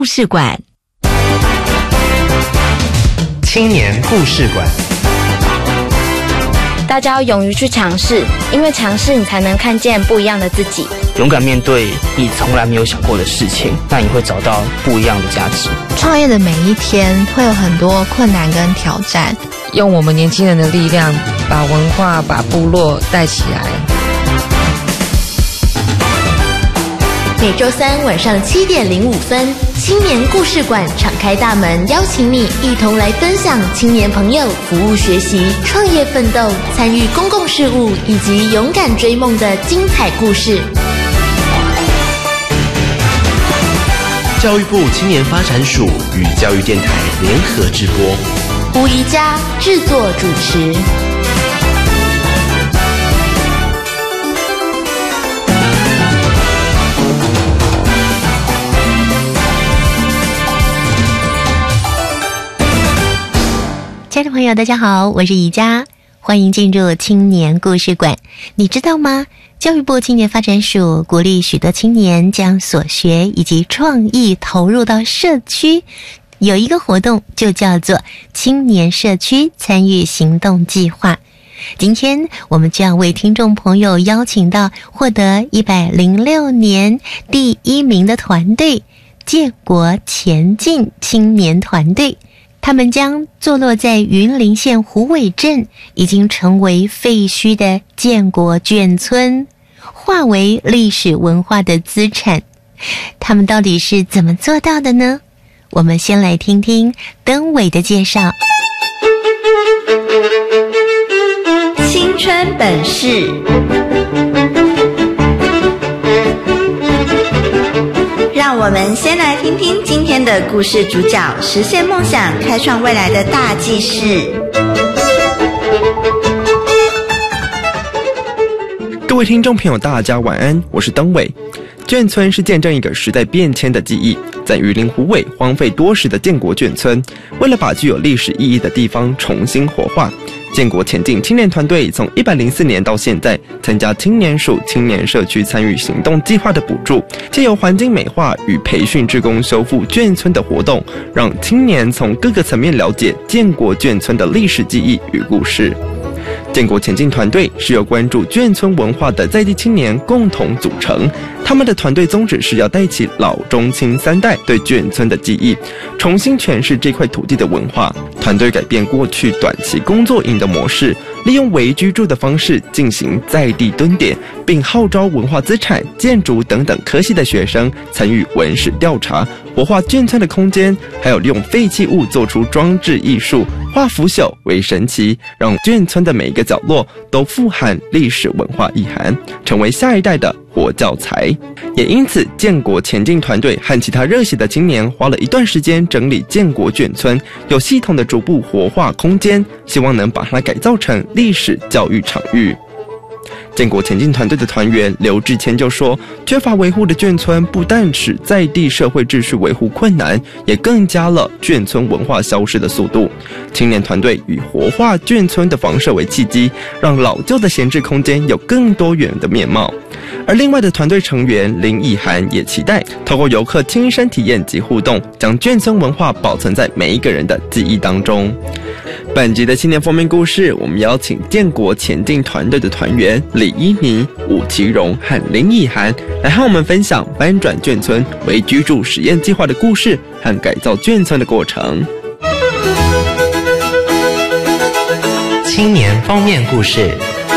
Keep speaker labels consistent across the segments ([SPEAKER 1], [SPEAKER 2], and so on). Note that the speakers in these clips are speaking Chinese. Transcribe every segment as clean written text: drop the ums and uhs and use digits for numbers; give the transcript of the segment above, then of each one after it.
[SPEAKER 1] 故事馆，
[SPEAKER 2] 青年故事馆。
[SPEAKER 3] 大家要勇于去尝试，因为尝试你才能看见不一样的自己。
[SPEAKER 4] 勇敢面对你从来没有想过的事情，那你会找到不一样的价值。
[SPEAKER 5] 创业的每一天会有很多困难跟挑战，
[SPEAKER 6] 用我们年轻人的力量，把文化、把部落带起来。
[SPEAKER 7] 每周三晚上7点05分，青年故事馆敞开大门，邀请你一同来分享青年朋友服务学习、创业奋斗、参与公共事务以及勇敢追梦的精彩故事。
[SPEAKER 2] 教育部青年发展署与教育电台联合直播，
[SPEAKER 7] 胡宜佳制作主持。
[SPEAKER 8] 亲爱的朋友，大家好，我是宜佳，欢迎进入青年故事馆。你知道吗？教育部青年发展署鼓励许多青年将所学以及创意投入到社区，有一个活动就叫做青年社区参与行动计划。今天我们就要为听众朋友邀请到获得106年第1名的团队——建国前进青年团队。他们将坐落在云林县虎尾镇，已经成为废墟的建国眷村，化为历史文化的资产。他们到底是怎么做到的呢？我们先来听听登伟的介绍。
[SPEAKER 7] 青春本事。让我们先来听听今天的故事主角实现梦想、开创未来的大纪事。
[SPEAKER 9] 各位听众朋友，大家晚安，我是登伟。眷村是见证一个时代变迁的记忆，在云林虎尾荒废多时的建国眷村，为了把具有历史意义的地方重新活化，建国前进青年团队从104年到现在，参加青年署青年社区参与行动计划的补助，借由环境美化与培训志工修复眷村的活动，让青年从各个层面了解建国眷村的历史记忆与故事。建国前进团队是由关注眷村文化的在地青年共同组成，他们的团队宗旨是要带起老中青3代对眷村的记忆，重新诠释这块土地的文化。团队改变过去短期工作营的模式，利用微居住的方式进行在地蹲点，并号召文化资产、建筑等等科系的学生参与文史调查，活化眷村的空间，还有利用废弃物做出装置艺术，化腐朽为神奇，让眷村的每一个角落都富含历史文化意涵，成为下一代的活教材。也因此，建国前进团队和其他热血的青年花了一段时间整理建国眷村，有系统的逐步活化空间，希望能把它改造成历史教育场域。建国前进团队的团员刘志谦就说，缺乏维护的眷村不但使在地社会秩序维护困难，也更加了眷村文化消失的速度。青年团队以活化眷村的房舍为契机，让老旧的闲置空间有更多元的面貌。而另外的团队成员林以涵也期待透过游客亲身体验及互动，将眷村文化保存在每一个人的记忆当中。本集的青年封面故事，我们邀请建国前进团队的团员李依妮、武其荣和林以涵来和我们分享翻转眷村为居住实验计划的故事和改造眷村的过程。
[SPEAKER 2] 青年封面故事。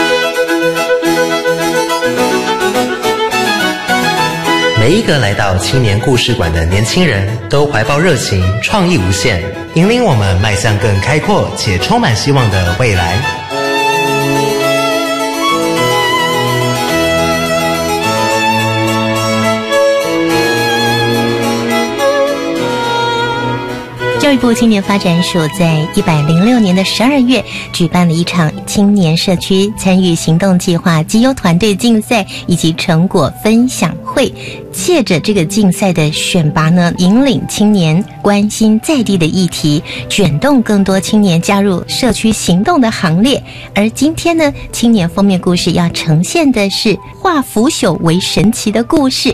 [SPEAKER 2] 每一个来到青年故事馆的年轻人都怀抱热情，创意无限，引领我们迈向更开阔且充满希望的未来。
[SPEAKER 8] 教育部青年发展署在106年的12月举办了一场青年社区参与行动计划绩优团队竞赛以及成果分享会，借着这个竞赛的选拔呢，引领青年关心在地的议题，卷动更多青年加入社区行动的行列。而今天呢，青年封面故事要呈现的是化腐朽为神奇的故事。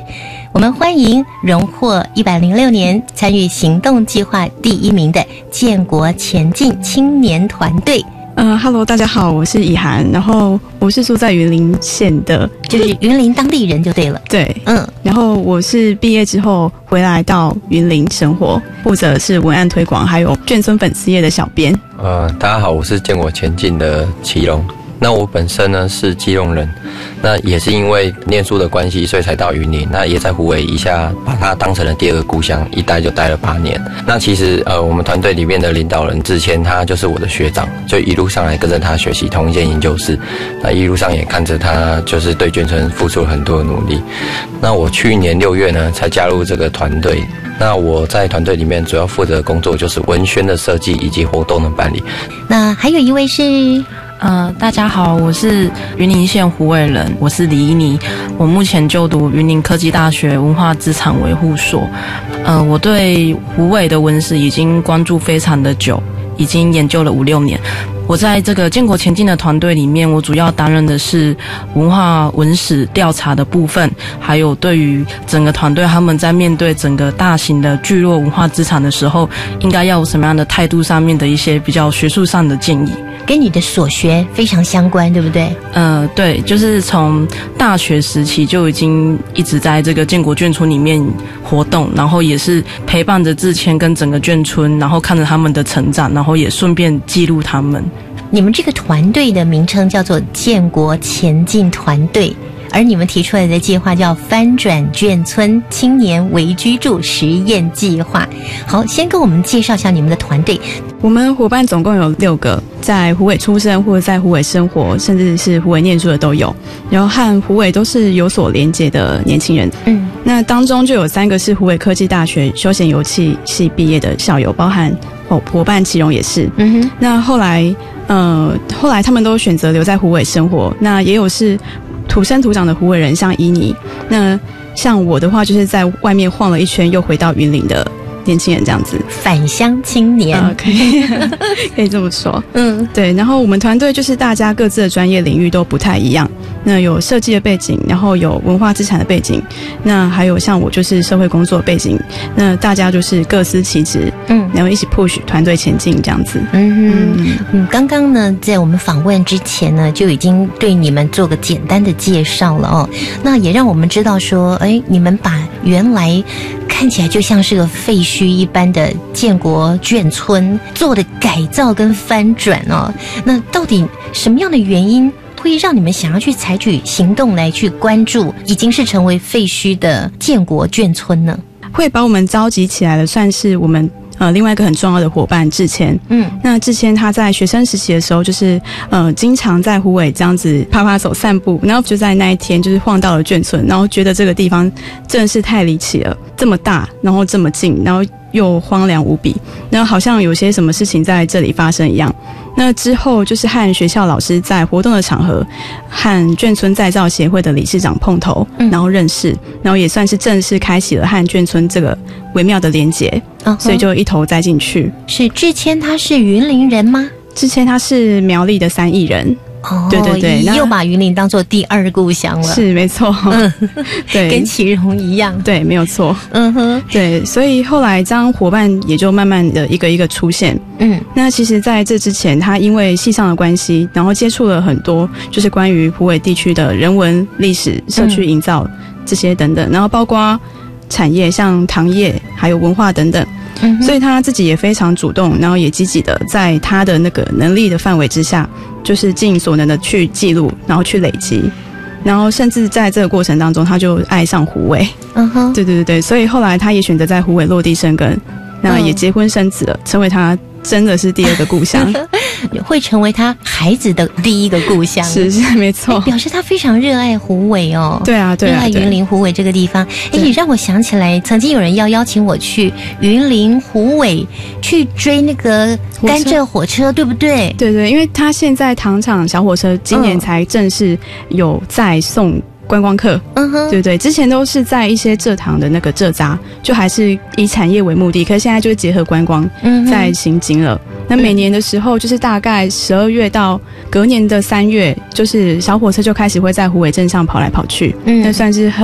[SPEAKER 8] 我们欢迎荣获106年参与行动计划第1名的建国前进青年团队。
[SPEAKER 1] Hello， 大家好，我是以涵，然后我是住在云林县的，
[SPEAKER 8] 就是云林当地人就对了。
[SPEAKER 1] 对，然后我是毕业之后回来到云林生活，负责是文案推广，还有眷村粉丝页的小编。
[SPEAKER 10] 大家好，我是建国前进的祁隆。那我本身呢是基隆人，那也是因为念书的关系，所以才到云林。那也在虎尾一下把它当成了第2个故乡，一待就待了8年。那其实我们团队里面的领导人志谦，他就是我的学长，就一路上来跟着他学习同一间研究室。那一路上也看着他就是对眷村付出了很多的努力。那我去年6月呢才加入这个团队。那我在团队里面主要负责的工作就是文宣的设计以及活动的办理。
[SPEAKER 8] 那还有一位是
[SPEAKER 11] 大家好，我是云林县虎尾人，我是李依妮，我目前就读云林科技大学文化资产维护所。我对虎尾的文史已经关注非常的久，已经研究了5-6年。我在这个建国前进的团队里面，我主要担任的是文化文史调查的部分，还有对于整个团队他们在面对整个大型的聚落文化资产的时候，应该要有什么样的态度上面的一些比较学术上的建议。
[SPEAKER 8] 跟你的所学非常相关，对不对？
[SPEAKER 11] 对，就是从大学时期就已经一直在这个建国眷村里面活动，然后也是陪伴着志谦跟整个眷村，然后看着他们的成长，然后也顺便记录他们。
[SPEAKER 8] 你们这个团队的名称叫做建国前进团队，而你们提出来的计划叫翻转眷村青年微居住实验计划。好，先跟我们介绍一下你们的团队。
[SPEAKER 1] 我们伙伴总共有6个，在虎尾出生或者在虎尾生活，甚至是虎尾念书的都有，然后和虎尾都是有所连结的年轻人。那当中就有3个是虎尾科技大学休闲油气系毕业的校友，包含伙伴祁隆也是。那后来他们都选择留在虎尾生活，那也有是土生土长的虎尾人，像依妮。那像我的话，就是在外面晃了一圈，又回到云林的年轻人这样子，
[SPEAKER 8] 返乡青年，
[SPEAKER 1] 可以这么说。对。然后我们团队就是大家各自的专业领域都不太一样，那有设计的背景，然后有文化资产的背景，那还有像我就是社会工作的背景，那大家就是各司其职，然后一起 push 团队前进这样子。
[SPEAKER 8] 刚刚呢，在我们访问之前呢，就已经对你们做个简单的介绍了哦。那也让我们知道说，你们把原来看起来就像是个废墟一般的建国眷村做的改造跟翻转哦。那到底什么样的原因会让你们想要去采取行动来去关注已经是成为废墟的建国眷村呢？
[SPEAKER 1] 会把我们召集起来的算是我们另外一个很重要的伙伴志谦。那志谦他在学生时期的时候，就是经常在虎尾这样子趴趴走散步，然后就在那一天就是晃到了眷村，然后觉得这个地方真的是太离奇了，这么大，然后这么近，然后又荒凉无比，然后好像有些什么事情在这里发生一样。那之后就是和学校老师在活动的场合和眷村再造协会的理事长碰头，然后认识，然后也算是正式开启了和眷村这个微妙的连结，所以就一头栽进去。
[SPEAKER 8] 是志谦他是云林人吗？
[SPEAKER 1] 志谦他是苗栗的3义人。对对对，
[SPEAKER 8] 又把云林当作第2故乡了。
[SPEAKER 1] 是没错。对，
[SPEAKER 8] 跟祁隆一样。
[SPEAKER 1] 对，没有错。对，所以后来这样伙伴也就慢慢的一个一个出现。那其实在这之前，他因为系上的关系，然后接触了很多就是关于虎尾地区的人文、历史、社区营造这些等等，然后包括产业像糖业还有文化等等。所以他自己也非常主动，然后也积极的在他的那个能力的范围之下，就是尽所能的去记录，然后去累积，然后甚至在这个过程当中，他就爱上虎尾。对，所以后来他也选择在虎尾落地生根，那也结婚生子了，成为他真的是第2个故乡。
[SPEAKER 8] 会成为他孩子的第1个故乡。
[SPEAKER 1] 是没错。
[SPEAKER 8] 表示他非常热爱虎尾哦。
[SPEAKER 1] 对啊，
[SPEAKER 8] 热爱云林虎尾这个地方。也让我想起来，曾经有人邀请我去云林虎尾去追那个甘蔗火车，对不对？
[SPEAKER 1] 对，因为他现在糖厂小火车今年才正式有在送观光客。对对，之前都是在一些蔗糖的那个蔗渣，就还是以产业为目的，可是现在就是结合观光在行经了。那每年的时候，就是大概12月到隔年的3月，就是小火车就开始会在虎尾镇上跑来跑去，那算是很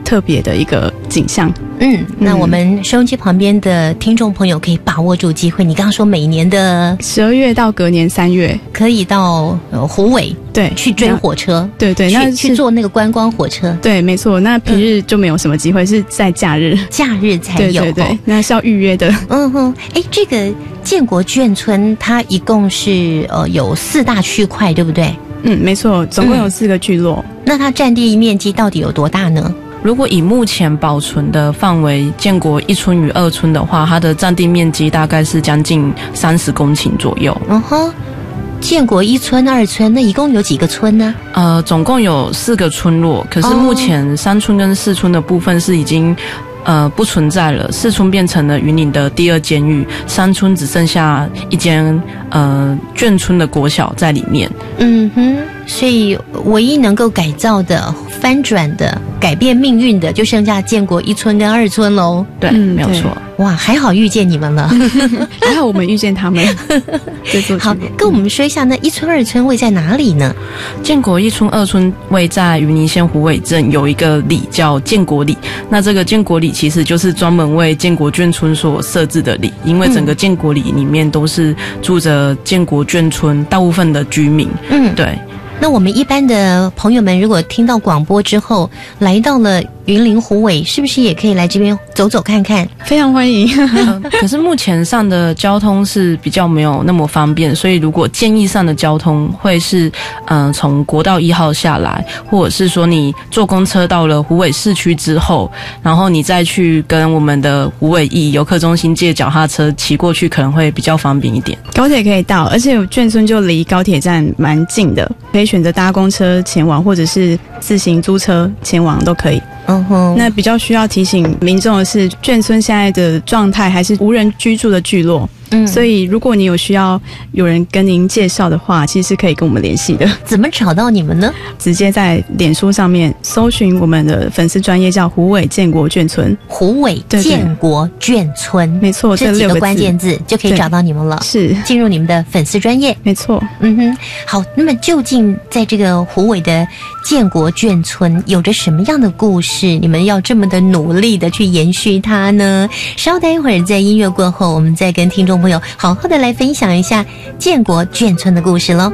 [SPEAKER 1] 特别的一个景象。
[SPEAKER 8] 那我们收音机旁边的听众朋友可以把握住机会。你刚刚说每年的
[SPEAKER 1] 12月到隔年3月
[SPEAKER 8] 可以到虎尾，
[SPEAKER 1] 对，
[SPEAKER 8] 去追火车，
[SPEAKER 1] 对，那
[SPEAKER 8] 去坐那个观光火车，
[SPEAKER 1] 对，没错。那平日就没有什么机会，是在假日才有，对，那是要预约的。
[SPEAKER 8] 这个建国眷村它一共是有4大区块，对不对？
[SPEAKER 1] 没错，总共有4个聚落。
[SPEAKER 8] 那它占地面积到底有多大呢？
[SPEAKER 11] 如果以目前保存的范围，建国1村与2村的话，它的占地面积大概是将近30公顷左右。
[SPEAKER 8] 建国1村、2村，那一共有几个村呢？
[SPEAKER 11] 总共有4个村落，可是目前3村跟4村的部分是已经不存在了。4村变成了云林的第2监狱，3村只剩下一间眷村的国小在里面。
[SPEAKER 8] 所以唯一能够改造的、翻转的、改变命运的，就剩下建国1村跟2村喽。
[SPEAKER 11] 对，没有错。
[SPEAKER 8] 哇，还好遇见你们了，
[SPEAKER 1] 还好我们遇见他们。
[SPEAKER 8] 好，跟我们说一下，那1村2村位在哪里呢？
[SPEAKER 11] 建国1村2村位在云林县虎尾镇，有一个里叫建国里。那这个建国里其实就是专门为建国眷村所设置的里，因为整个建国里里面都是住着建国眷村大部分的居民。对。
[SPEAKER 8] 那我们一般的朋友们，如果听到广播之后来到了云林虎尾，是不是也可以来这边走走看看？
[SPEAKER 1] 非常欢迎。
[SPEAKER 11] 可是目前上的交通是比较没有那么方便，所以如果建议上的交通会是从国道1号下来，或者是说你坐公车到了虎尾市区之后，然后你再去跟我们的虎尾驿游客中心借脚踏车骑过去，可能会比较方便一点。
[SPEAKER 1] 高铁可以到，而且眷村就离高铁站蛮近的，可以选择搭公车前往，或者是自行租车前往都可以。那比较需要提醒民众的是，眷村现在的状态还是无人居住的聚落。所以如果你有需要有人跟您介绍的话，其实是可以跟我们联系的。
[SPEAKER 8] 怎么找到你们呢？
[SPEAKER 1] 直接在脸书上面搜寻我们的粉丝专页，叫虎尾建国眷村。
[SPEAKER 8] 虎尾建国眷村，
[SPEAKER 1] 没错，
[SPEAKER 8] 这几个关键字就可以找到你们了。
[SPEAKER 1] 是
[SPEAKER 8] 进入你们的粉丝专页，
[SPEAKER 1] 没错。
[SPEAKER 8] 好，那么究竟在这个虎尾的建国眷村有着什么样的故事？你们要这么的努力的去延续它呢？稍待一会儿，在音乐过后，我们再跟听众朋友好好的来分享一下建国眷村的故事咯。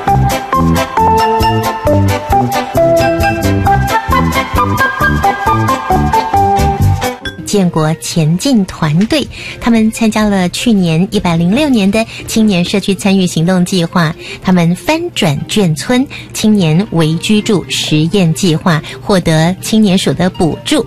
[SPEAKER 8] 建国前进团队，他们参加了去年106年的青年社区参与行动计划，他们翻转眷村青年微居住实验计划，获得青年所得补助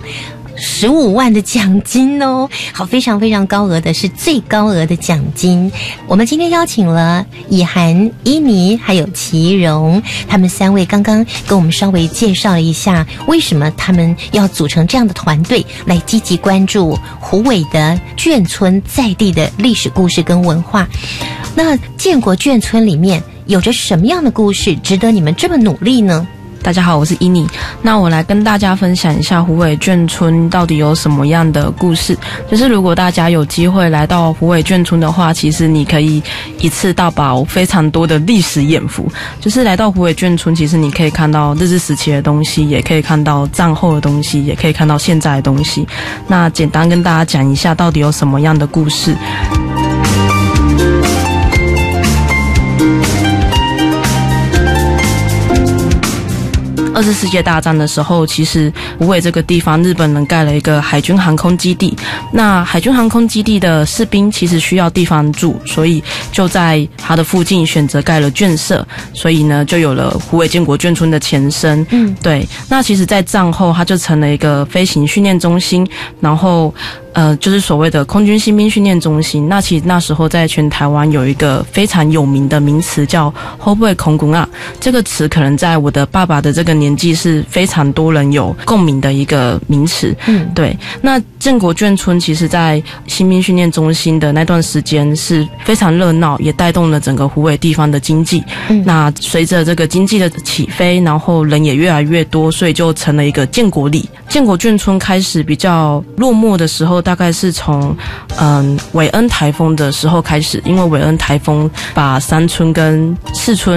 [SPEAKER 8] 15万的奖金哦，好，非常非常高额的，是最高额的奖金。我们今天邀请了以涵、伊妮还有齐荣，他们3位刚刚跟我们稍微介绍了一下，为什么他们要组成这样的团队，来积极关注虎尾的眷村在地的历史故事跟文化。那建国眷村里面有着什么样的故事，值得你们这么努力呢？
[SPEAKER 11] 大家好，我是伊妮。那我来跟大家分享一下虎尾眷村到底有什么样的故事。就是如果大家有机会来到虎尾眷村的话，其实你可以一次到饱非常多的历史眼福。就是来到虎尾眷村，其实你可以看到日治时期的东西，也可以看到战后的东西，也可以看到现在的东西。那简单跟大家讲一下到底有什么样的故事。2次世界大战的时候，其实虎尾这个地方日本人盖了一个海军航空基地。那海军航空基地的士兵其实需要地方住，所以就在它的附近选择盖了眷舍，所以呢就有了虎尾建国眷村的前身。对。那其实在战后它就成了一个飞行训练中心，然后就是所谓的空军新兵训练中心。那其实那时候在全台湾有一个非常有名的名词叫后背空军啊，这个词可能在我的爸爸的这个年纪是非常多人有共鸣的一个名词。对。那建国眷村其实在新兵训练中心的那段时间是非常热闹，也带动了整个虎尾地方的经济。那随着这个经济的起飞，然后人也越来越多，所以就成了一个建国里。建国眷村开始比较落寞的时候，大概是从韦恩台风的时候开始，因为韦恩台风把3村跟4村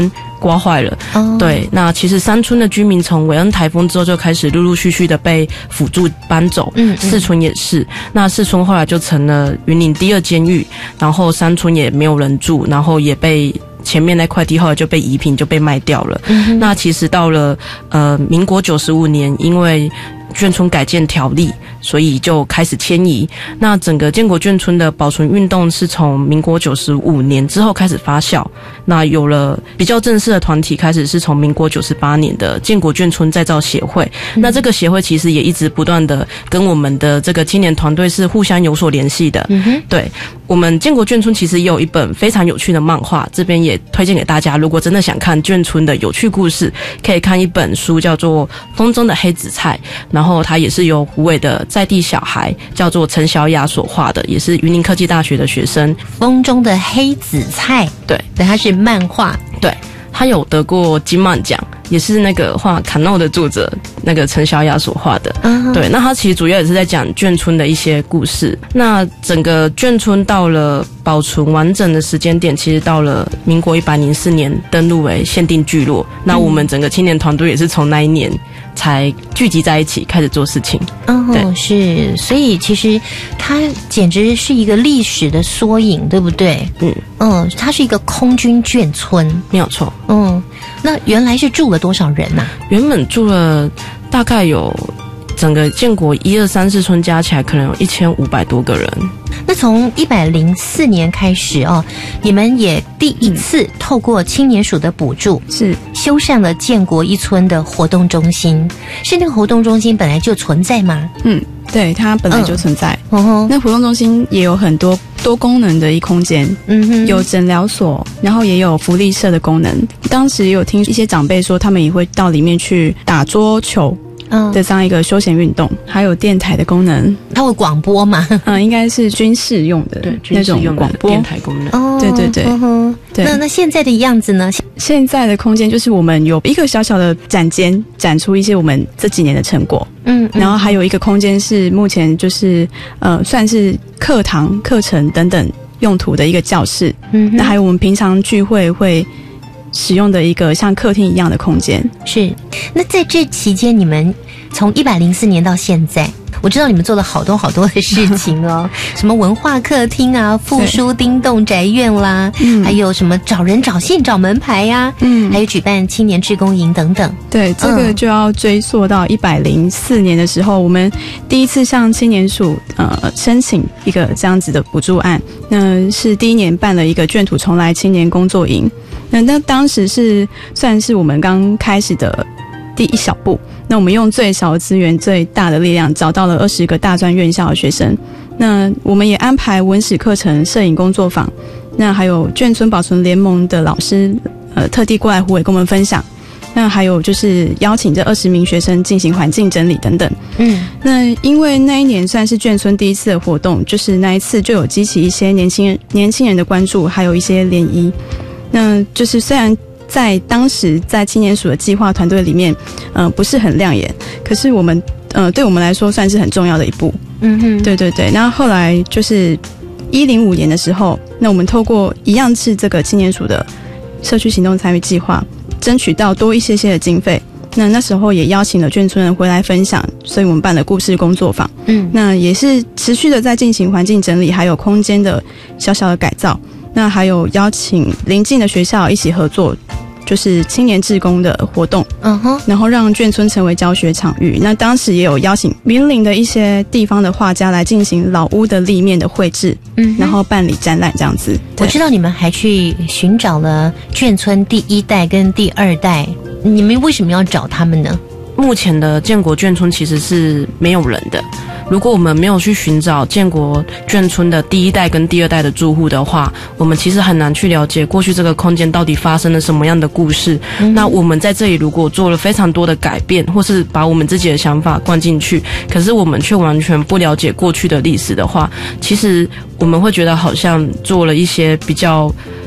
[SPEAKER 11] 刮坏了。对，那其实山村的居民从韦恩台风之后就开始陆陆续续的被辅助搬走，四村也是。那四村后来就成了云林第2监狱，然后山村也没有人住，然后也被前面那块地后来就被夷平，就被卖掉了。那其实到了民国95年，因为眷村改建条例，所以就开始迁移。那整个建国眷村的保存运动是从民国95年之后开始发酵，那有了比较正式的团体，开始是从民国98年的建国眷村再造协会。那这个协会其实也一直不断的跟我们的这个青年团队是互相有所联系的。对，我们建国眷村其实也有一本非常有趣的漫画，这边也推荐给大家，如果真的想看眷村的有趣故事，可以看一本书叫做《风中的黑紫菜》，然后它也是由虎尾的在地小孩叫做陈小雅所画的，也是云林科技大学的学生。
[SPEAKER 8] 风中的黑紫菜，对，它是漫画，
[SPEAKER 11] 对，他有得过金漫奖，也是那个画卡诺的作者那个陈小雅所画的。对，那他其实主要也是在讲眷村的一些故事。那整个眷村到了保存完整的时间点，其实到了民国104年登录为限定聚落。那我们整个青年团队也是从那一年才聚集在一起开始做事情。
[SPEAKER 8] 对，是，所以其实它简直是一个历史的缩影，对不对？它是一个空军眷村，
[SPEAKER 11] 没有错。
[SPEAKER 8] 那原来是住了多少人啊？
[SPEAKER 11] 原本住了大概有整个建国1、2、3、4村加起来可能有1500多个人。
[SPEAKER 8] 那从104年开始你们也第一次透过青年署的补助，
[SPEAKER 1] 是
[SPEAKER 8] 修缮了建国一村的活动中心。是那个活动中心本来就存在吗？
[SPEAKER 1] 对，它本来就存在。那活动中心也有很多多功能的一空间，有诊疗所，然后也有福利社的功能。当时也有听一些长辈说，他们也会到里面去打桌球的这样一个休闲运动，还有电台的功能。
[SPEAKER 8] 它会广播吗？
[SPEAKER 1] 应该是军事用的那种广播
[SPEAKER 11] 电台功能。
[SPEAKER 1] 对对对。
[SPEAKER 8] 那现在的样子呢？
[SPEAKER 1] 现在的空间就是我们有一个小小的展间，展出一些我们这几年的成果。然后还有一个空间是目前就是算是课堂、课程等等用途的一个教室。那还有我们平常聚会会使用的一个像客厅一样的空间。
[SPEAKER 8] 是。那在这期间，你们从104年到现在，我知道你们做了好多好多的事情什么文化客厅啊，复苏丁洞宅院啦，还有什么找人找线找门牌呀，还有举办青年志工营等等。
[SPEAKER 1] 对，这个就要追溯到104年的时候，我们第一次向青年署申请一个这样子的补助案，那是第一年办了一个卷土重来青年工作营。那当时是算是我们刚开始的第一小步。那我们用最少的资源、最大的力量，找到了20个大专院校的学生。那我们也安排文史课程、摄影工作坊，那还有眷村保存联盟的老师特地过来虎尾跟我们分享。那还有就是邀请这20名学生进行环境整理等等。那因为那一年算是眷村第一次的活动，就是那一次就有激起一些年轻人的关注，还有一些涟漪。那就是虽然在当时在青年署的计划团队里面不是很亮眼，可是我们对我们来说算是很重要的一步。对对对。那后来就是105年的时候，那我们透过一样是这个青年署的社区行动参与计划，争取到多一些的经费。那时候也邀请了眷村人回来分享，所以我们办了故事工作坊。那也是持续的在进行环境整理，还有空间的小小的改造。那还有邀请邻近的学校一起合作，就是青年志工的活动。然后让眷村成为教学场域。那当时也有邀请云林的一些地方的画家来进行老屋的立面的绘制，然后办理展览这样子。
[SPEAKER 8] 我知道你们还去寻找了眷村第1代跟第2代，你们为什么要找他们呢？
[SPEAKER 11] 目前的建国眷村其实是没有人的。如果我们没有去寻找建国眷村的第1代跟第2代的住户的话，我们其实很难去了解过去这个空间到底发生了什么样的故事。那我们在这里如果做了非常多的改变，或是把我们自己的想法灌进去，可是我们却完全不了解过去的历史的话，其实我们会觉得好像做了一些比较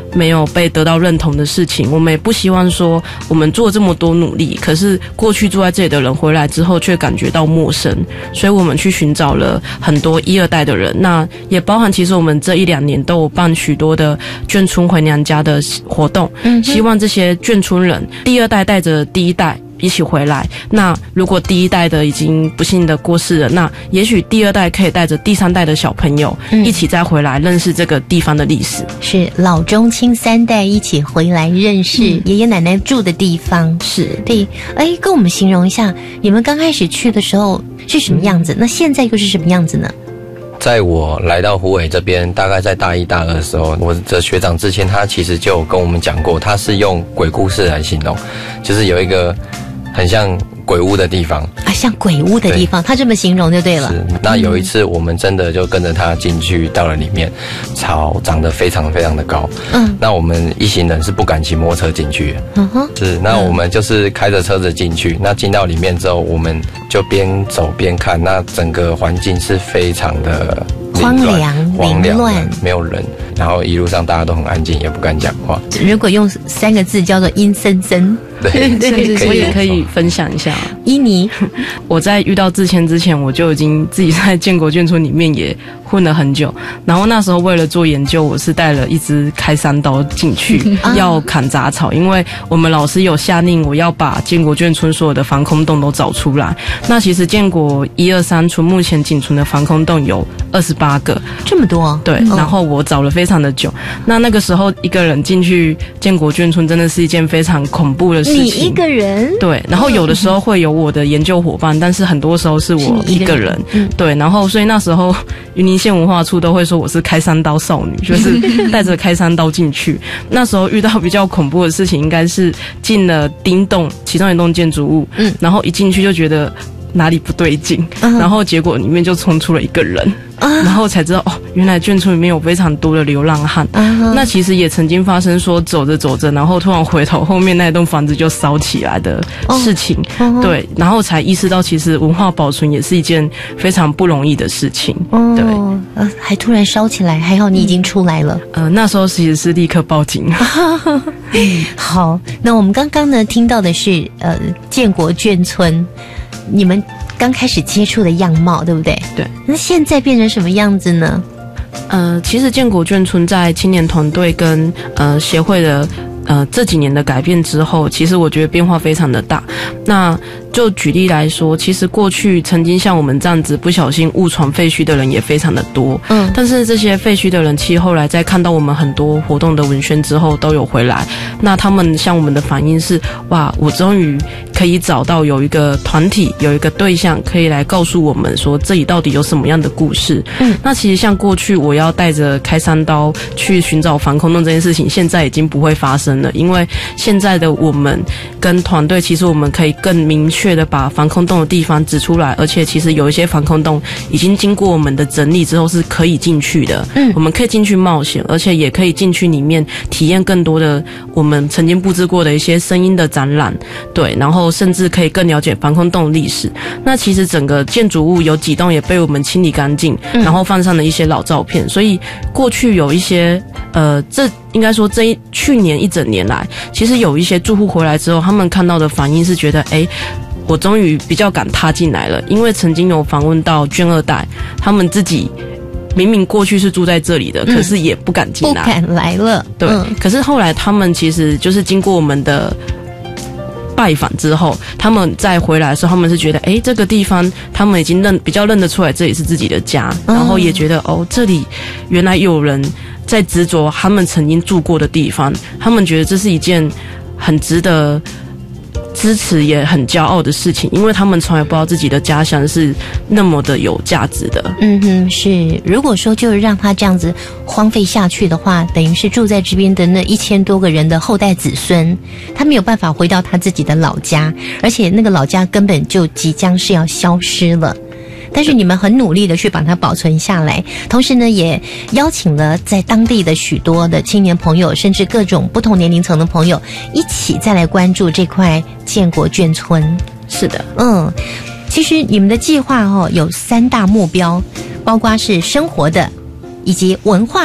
[SPEAKER 11] 没有被得到认同的事情。我们也不希望说我们做这么多努力，可是过去住在这里的人回来之后却感觉到陌生，所以我们去寻找了很多1、2代的人，那也包含其实我们这1-2年都有办许多的眷村回娘家的活动，希望这些眷村人第2代带着第1代一起回来。那如果第1代的已经不幸的过世了，那也许第2代可以带着第3代的小朋友一起再回来认识这个地方的历史。
[SPEAKER 8] 是老中青3代一起回来认识爷爷奶奶住的地方。
[SPEAKER 11] 是
[SPEAKER 8] 对，跟我们形容一下，你们刚开始去的时候是什么样子？那现在又是什么样子呢？
[SPEAKER 10] 在我来到虎尾这边，大概在大1、大2的时候，我的学长之前他其实就有跟我们讲过，他是用鬼故事来形容，就是有一个很像鬼屋的地方
[SPEAKER 8] 啊，像鬼屋的地方，他这么形容就对了。
[SPEAKER 10] 是，那有一次我们真的就跟着他进去，到了里面，草长得非常非常的高，那我们一行人是不敢骑摩托车进去的，是，那我们就是开着车子进去，那进到里面之后，我们就边走边看，那整个环境是非常的
[SPEAKER 8] 荒凉凌乱，
[SPEAKER 10] 没有人，然后一路上大家都很安静，也不敢讲话。
[SPEAKER 8] 如果用3个字叫做阴森森。
[SPEAKER 10] 对，
[SPEAKER 11] 我也可以分享一下。
[SPEAKER 8] 伊妮，
[SPEAKER 11] 我在遇到志谦之前，我就已经自己在建国眷村里面也混了很久。然后那时候为了做研究，我是带了一支开山刀进去，要砍杂草，因为我们老师有下令我要把建国眷村所有的防空洞都找出来。那其实建国1、2、3村目前仅存的防空洞有28个，
[SPEAKER 8] 这么多？
[SPEAKER 11] 对，然后我找了非常的久。那个时候一个人进去建国眷村，真的是一件非常恐怖的事情。
[SPEAKER 8] 你一个人？
[SPEAKER 11] 对，然后有的时候会有我的研究伙伴，但是很多时候是我一个人。对，然后所以那时候云林县文化处都会说我是开山刀少女，就是带着开山刀进去。那时候遇到比较恐怖的事情，应该是进了丁洞其中一栋建筑物，然后一进去就觉得哪里不对劲，然后结果里面就冲出了一个人。然后才知道原来眷村里面有非常多的流浪汉。那其实也曾经发生说走着走着，然后突然回头，后面那栋房子就烧起来的事情。对，然后才意识到其实文化保存也是一件非常不容易的事情。对，
[SPEAKER 8] 还突然烧起来，还好你已经出来了。
[SPEAKER 11] 那时候其实是立刻报警。
[SPEAKER 8] 好，那我们刚刚呢听到的是建国眷村，你们刚开始接触的样貌，对不对？
[SPEAKER 11] 对。
[SPEAKER 8] 那现在变成什么样子呢？
[SPEAKER 11] 其实建国眷村在青年团队跟协会的这几年的改变之后，其实我觉得变化非常的大。那就举例来说，其实过去曾经像我们这样子不小心误闯废墟的人也非常的多。但是这些废墟的人其实后来在看到我们很多活动的文宣之后都有回来。那他们向我们的反应是，哇，我终于可以找到有一个团体，有一个对象可以来告诉我们说这里到底有什么样的故事。那其实像过去我要带着开山刀去寻找防空洞这件事情，现在已经不会发生了，因为现在的我们跟团队，其实我们可以更明确的把防空洞的地方指出来，而且其实有一些防空洞已经经过我们的整理之后是可以进去的。我们可以进去冒险，而且也可以进去里面体验更多的我们曾经布置过的一些声音的展览。对，然后甚至可以更了解防空洞的历史。那其实整个建筑物有几栋也被我们清理干净，然后放上了一些老照片。所以过去有一些这应该说去年一整年来，其实有一些住户回来之后，他们看到的反应是觉得我终于比较敢踏进来了。因为曾经有访问到眷2代，他们自己明明过去是住在这里的，可是也不敢进来，
[SPEAKER 8] 不敢来了。
[SPEAKER 11] 对，可是后来他们其实就是经过我们的拜访之后，他们再回来的时候，他们是觉得这个地方他们已经比较认得出来这里是自己的家，然后也觉得这里原来有人在执着他们曾经住过的地方，他们觉得这是一件很值得支持也很骄傲的事情，因为他们从来不知道自己的家乡是那么的有价值的。
[SPEAKER 8] 是。如果说就让他这样子荒废下去的话，等于是住在这边的那1000多个人的后代子孙，他没有办法回到他自己的老家，而且那个老家根本就即将是要消失了。但是你们很努力的去把它保存下来，同时呢也邀请了在当地的许多的青年朋友，甚至各种不同年龄层的朋友一起再来关注这块建国眷村。
[SPEAKER 11] 是的。
[SPEAKER 8] 其实你们的计划有3大目标，包括是生活的以及文化的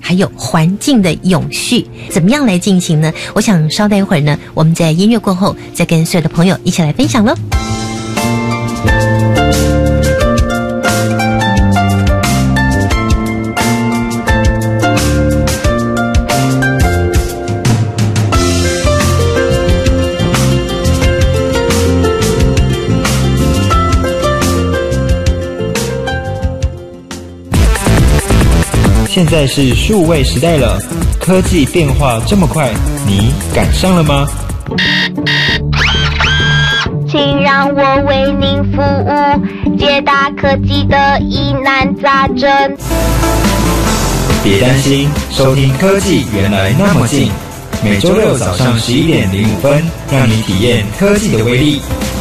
[SPEAKER 8] 还有环境的永续，怎么样来进行呢？我想稍待一会儿呢，我们在音乐过后再跟所有的朋友一起来分享咯。
[SPEAKER 12] 现在是数位时代了，科技变化这么快，你赶上了吗？
[SPEAKER 13] 请让我为您服务，解答科技的疑难杂症。
[SPEAKER 12] 别担心，收听科技原来那么近，每周六早上11点05分，让你体验科技的威力。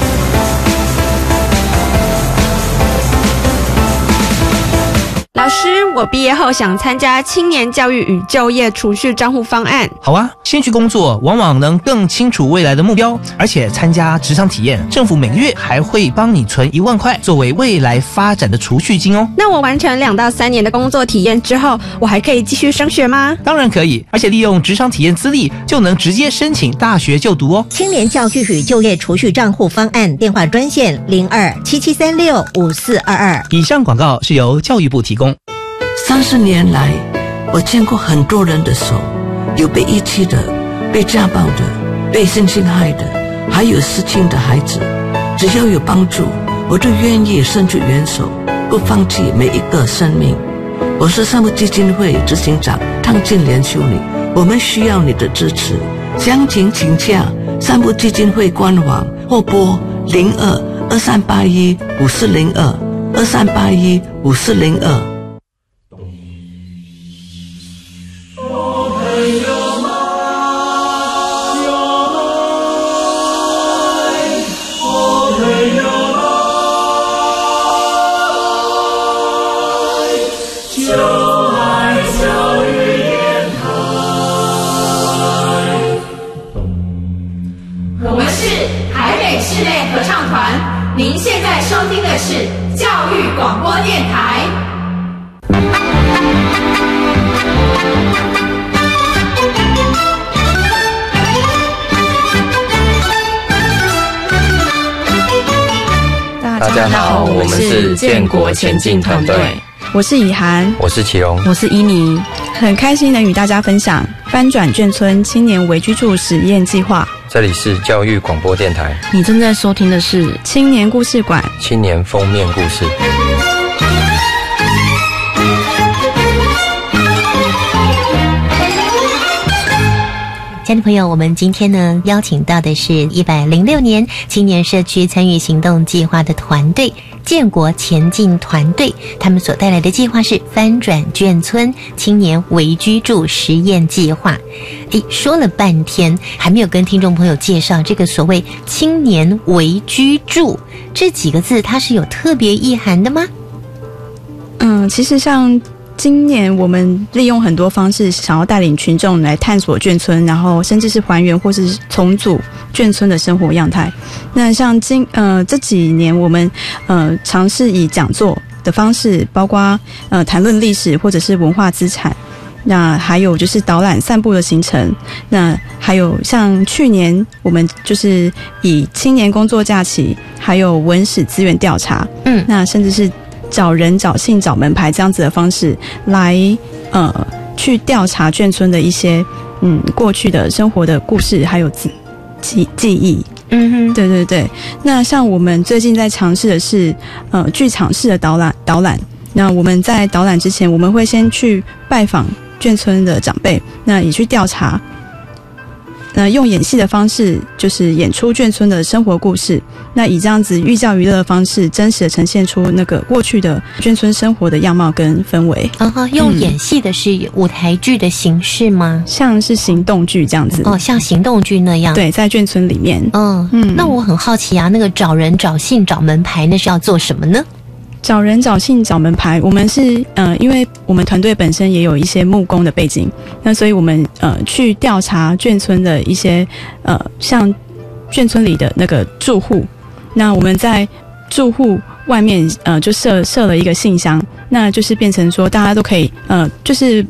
[SPEAKER 14] 老师，我毕业后想参加青年教育与就业储蓄账户方案。
[SPEAKER 15] 好啊，先去工作往往能更清楚未来的目标，而且参加职场体验，政府每个月还会帮你存1万块作为未来发展的储蓄金哦。
[SPEAKER 14] 那我完成2到3年的工作体验之后，我还可以继续升学吗？
[SPEAKER 15] 当然可以，而且利用职场体验资历就能直接申请大学就读哦。
[SPEAKER 8] 青年教育与就业储蓄账户方案电话专线0277365422。
[SPEAKER 15] 以上广告是由教育部提供。
[SPEAKER 16] 30年来，我见过很多人的手，有被遗弃的，被家暴的，被性侵害的，还有失亲的孩子。只要有帮助，我都愿意伸出援手，不放弃每一个生命。我是善牧基金会执行长汤静莲修女，我们需要你的支持。详情请洽善牧基金会官网或拨02-2381-5402，2381-5402。
[SPEAKER 17] 您现在收听的是教育广播电台。
[SPEAKER 10] 大家好，我们是建国前进团队，
[SPEAKER 1] 我是以涵，
[SPEAKER 10] 我是祁荣，
[SPEAKER 11] 我是伊妮，
[SPEAKER 1] 很开心能与大家分享翻转眷村青年微居住实验计划。
[SPEAKER 10] 这里是教育广播电台，
[SPEAKER 11] 你正在收听的是
[SPEAKER 1] 青年故事馆
[SPEAKER 10] 青年封面故事。
[SPEAKER 8] 亲爱的朋友，我们今天呢邀请到的是106年青年社区参与行动计划的团队建国前进团队，他们所带来的计划是翻转眷村青年微居住实验计划。说了半天还没有跟听众朋友介绍这个所谓青年微居住这几个字，它是有特别意涵的吗？
[SPEAKER 1] 其实像今年我们利用很多方式想要带领群众来探索眷村，然后甚至是还原或是重组眷村的生活样态。那像这几年我们尝试以讲座的方式，包括谈论历史或者是文化资产，那还有就是导览散步的行程，那还有像去年我们就是以青年工作假期还有文史资源调查，那甚至是找人找姓找门牌这样子的方式来去调查眷村的一些过去的生活的故事还有记忆。对对对。那像我们最近在尝试的是剧场式的导览。那我们在导览之前，我们会先去拜访眷村的长辈，那也去调查。用演戏的方式，就是演出眷村的生活故事。那以这样子寓教于乐的方式，真实的呈现出那个过去的眷村生活的样貌跟氛围。
[SPEAKER 8] 用演戏的是舞台剧的形式吗？
[SPEAKER 1] 像是行动剧这样子。
[SPEAKER 8] 像行动剧那样。
[SPEAKER 1] 对，在眷村里面。
[SPEAKER 8] 那我很好奇啊，那个找人找姓找门牌，那是要做什么呢？
[SPEAKER 1] 找人找姓找门牌，我们是因为我们团队本身也有一些木工的背景，那所以我们去调查眷村的一些像眷村里的那个住户，那我们在住户外面就设了一个信箱，那就是变成说大家都可以就是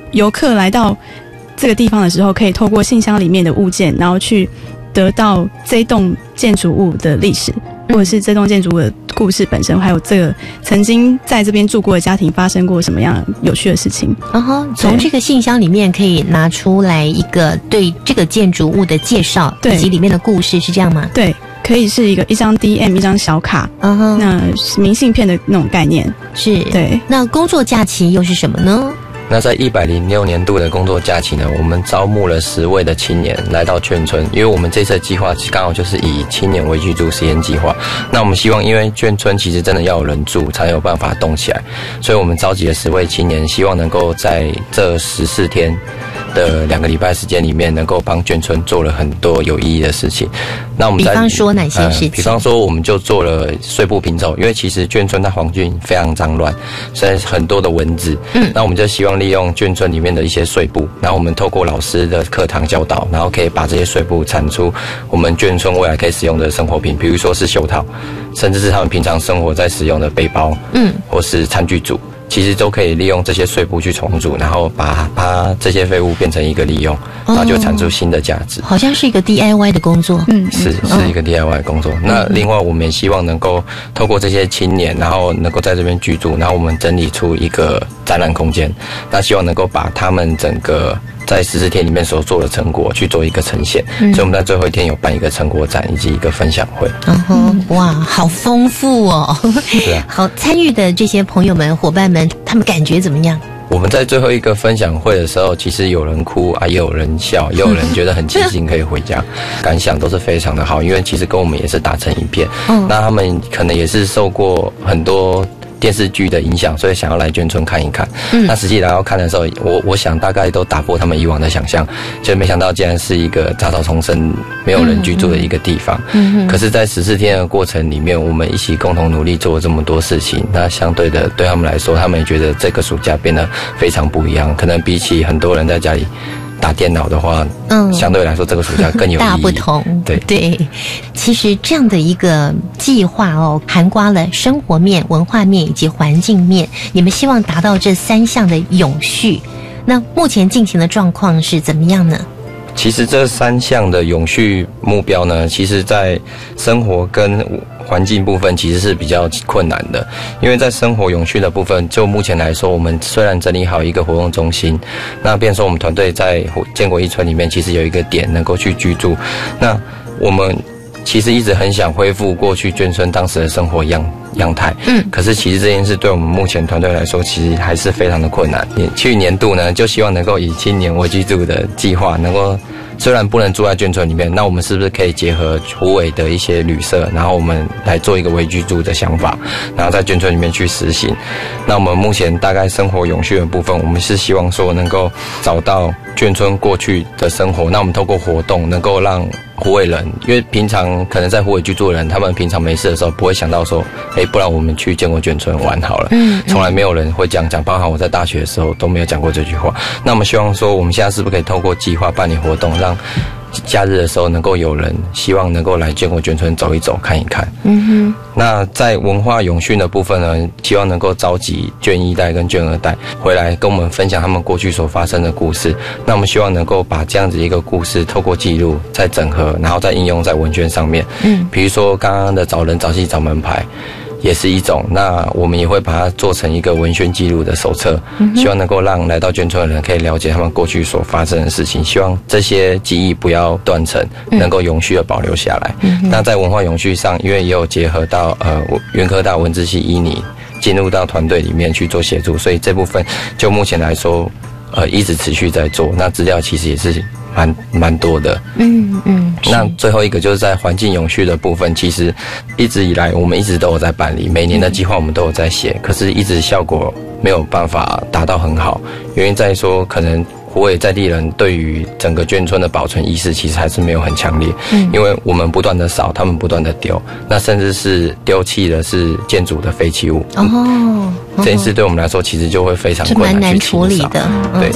[SPEAKER 1] 游客来到这个地方的时候，可以透过信箱里面的物件，然后去得到这栋建筑物的历史，或者是这栋建筑物的故事本身，还有这个曾经在这边住过的家庭发生过什么样有趣的事情。
[SPEAKER 8] 从这个信箱里面可以拿出来一个对这个建筑物的介绍，以及里面的故事，是这样吗？
[SPEAKER 1] 对，可以是一张 DM 一张小卡，那明信片的那种概念。
[SPEAKER 8] 是，
[SPEAKER 1] 对。
[SPEAKER 8] 那工作假期又是什么呢？
[SPEAKER 10] 那在106年度的工作假期呢，我们招募了10位的青年来到眷村，因为我们这次的计划刚好就是以青年为居住实验计划。那我们希望，因为眷村其实真的要有人住才有办法动起来，所以我们召集了10位青年，希望能够在这14天的2个礼拜时间里面，能够帮眷村做了很多有意义的事情。那我们
[SPEAKER 8] 比方说哪些事情？
[SPEAKER 10] 比方说，我们就做了碎步拼凑，因为其实眷村它环境非常脏乱，所以很多的蚊子。那我们就希望利用眷村里面的一些碎步，然后我们透过老师的课堂教导，然后可以把这些碎步产出我们眷村未来可以使用的生活品，比如说是袖套，甚至是他们平常生活在使用的背包，或是餐具组。其实都可以利用这些碎布去重组，然后把这些废物变成一个利用，然后就产出新的价值。
[SPEAKER 8] 好像是一个 DIY 的工作，
[SPEAKER 10] 是一个 DIY 的工作。那另外我们也希望能够透过这些青年，然后能够在这边居住，然后我们整理出一个展览空间，那希望能够把他们整个在14天里面所做的成果去做一个呈现。所以我们在最后一天有办一个成果展以及一个分享会。
[SPEAKER 8] 哇，好丰富哦！好，参与的这些朋友们、伙伴们，他们感觉怎么样？
[SPEAKER 10] 我们在最后一个分享会的时候，其实有人哭啊，也有人笑，也有人觉得很庆幸可以回家，感想都是非常的好，因为其实跟我们也是打成一片。那他们可能也是受过很多电视剧的影响，所以想要来眷村看一看。那实际来要看的时候，我想大概都打破他们以往的想象，就没想到竟然是一个杂草丛生、没有人居住的一个地方。可是，在14天的过程里面，我们一起共同努力做了这么多事情。那相对的，对他们来说，他们也觉得这个暑假变得非常不一样。可能比起很多人在家里打电脑的话，相对来说这个暑假更有意义，
[SPEAKER 8] 大不同。
[SPEAKER 10] 对，
[SPEAKER 8] 其实这样的一个计划涵盖了生活面、文化面以及环境面，你们希望达到这3项的永续。那目前进行的状况是怎么样呢？
[SPEAKER 10] 其实这3项的永续目标呢，其实在生活跟环境部分其实是比较困难的，因为在生活永续的部分，就目前来说，我们虽然整理好一个活动中心，那变成说我们团队在建国一村里面其实有一个点能够去居住，那我们其实一直很想恢复过去眷村当时的生活样态，可是其实这件事对我们目前团队来说，其实还是非常的困难。去年度呢，就希望能够以青年为居住的计划，能够虽然不能住在眷村里面，那我们是不是可以结合虎尾的一些旅社，然后我们来做一个为居住的想法，然后在眷村里面去实行。那我们目前大概生活永续的部分，我们是希望说能够找到眷村过去的生活，那我们透过活动能够让虎尾人，因为平常可能在虎尾居住的人，他们平常没事的时候不会想到说，不然我们去建国眷村玩好了。从来没有人会这样讲，包含我在大学的时候都没有讲过这句话。那我们希望说，我们现在是不是可以透过计划办理活动，让假日的时候能够有人希望能够来建国眷村走一走、看一看。那在文化永续的部分呢，希望能够召集眷1代跟眷2代回来跟我们分享他们过去所发生的故事。那我们希望能够把这样子一个故事透过记录再整合，然后再应用在文宣上面。比如说刚刚的找人、找戏、找门牌也是一种，那我们也会把它做成一个文宣记录的手册，希望能够让来到眷村的人可以了解他们过去所发生的事情，希望这些记忆不要断层，能够永续的保留下来。那在文化永续上，因为也有结合到原科大文字系伊尼进入到团队里面去做协助，所以这部分就目前来说一直持续在做。那资料其实也是蛮多的。那最后一个就是在环境永续的部分，其实一直以来我们一直都有在办理，每年的计划我们都有在写，可是一直效果没有办法达到很好。原因在于说，可能虎尾在地人对于整个眷村的保存意识其实还是没有很强烈，因为我们不断的扫，他们不断的丢，那甚至是丢弃的是建筑的废弃物。这件事对我们来说其实就会非常困难去处理的。对。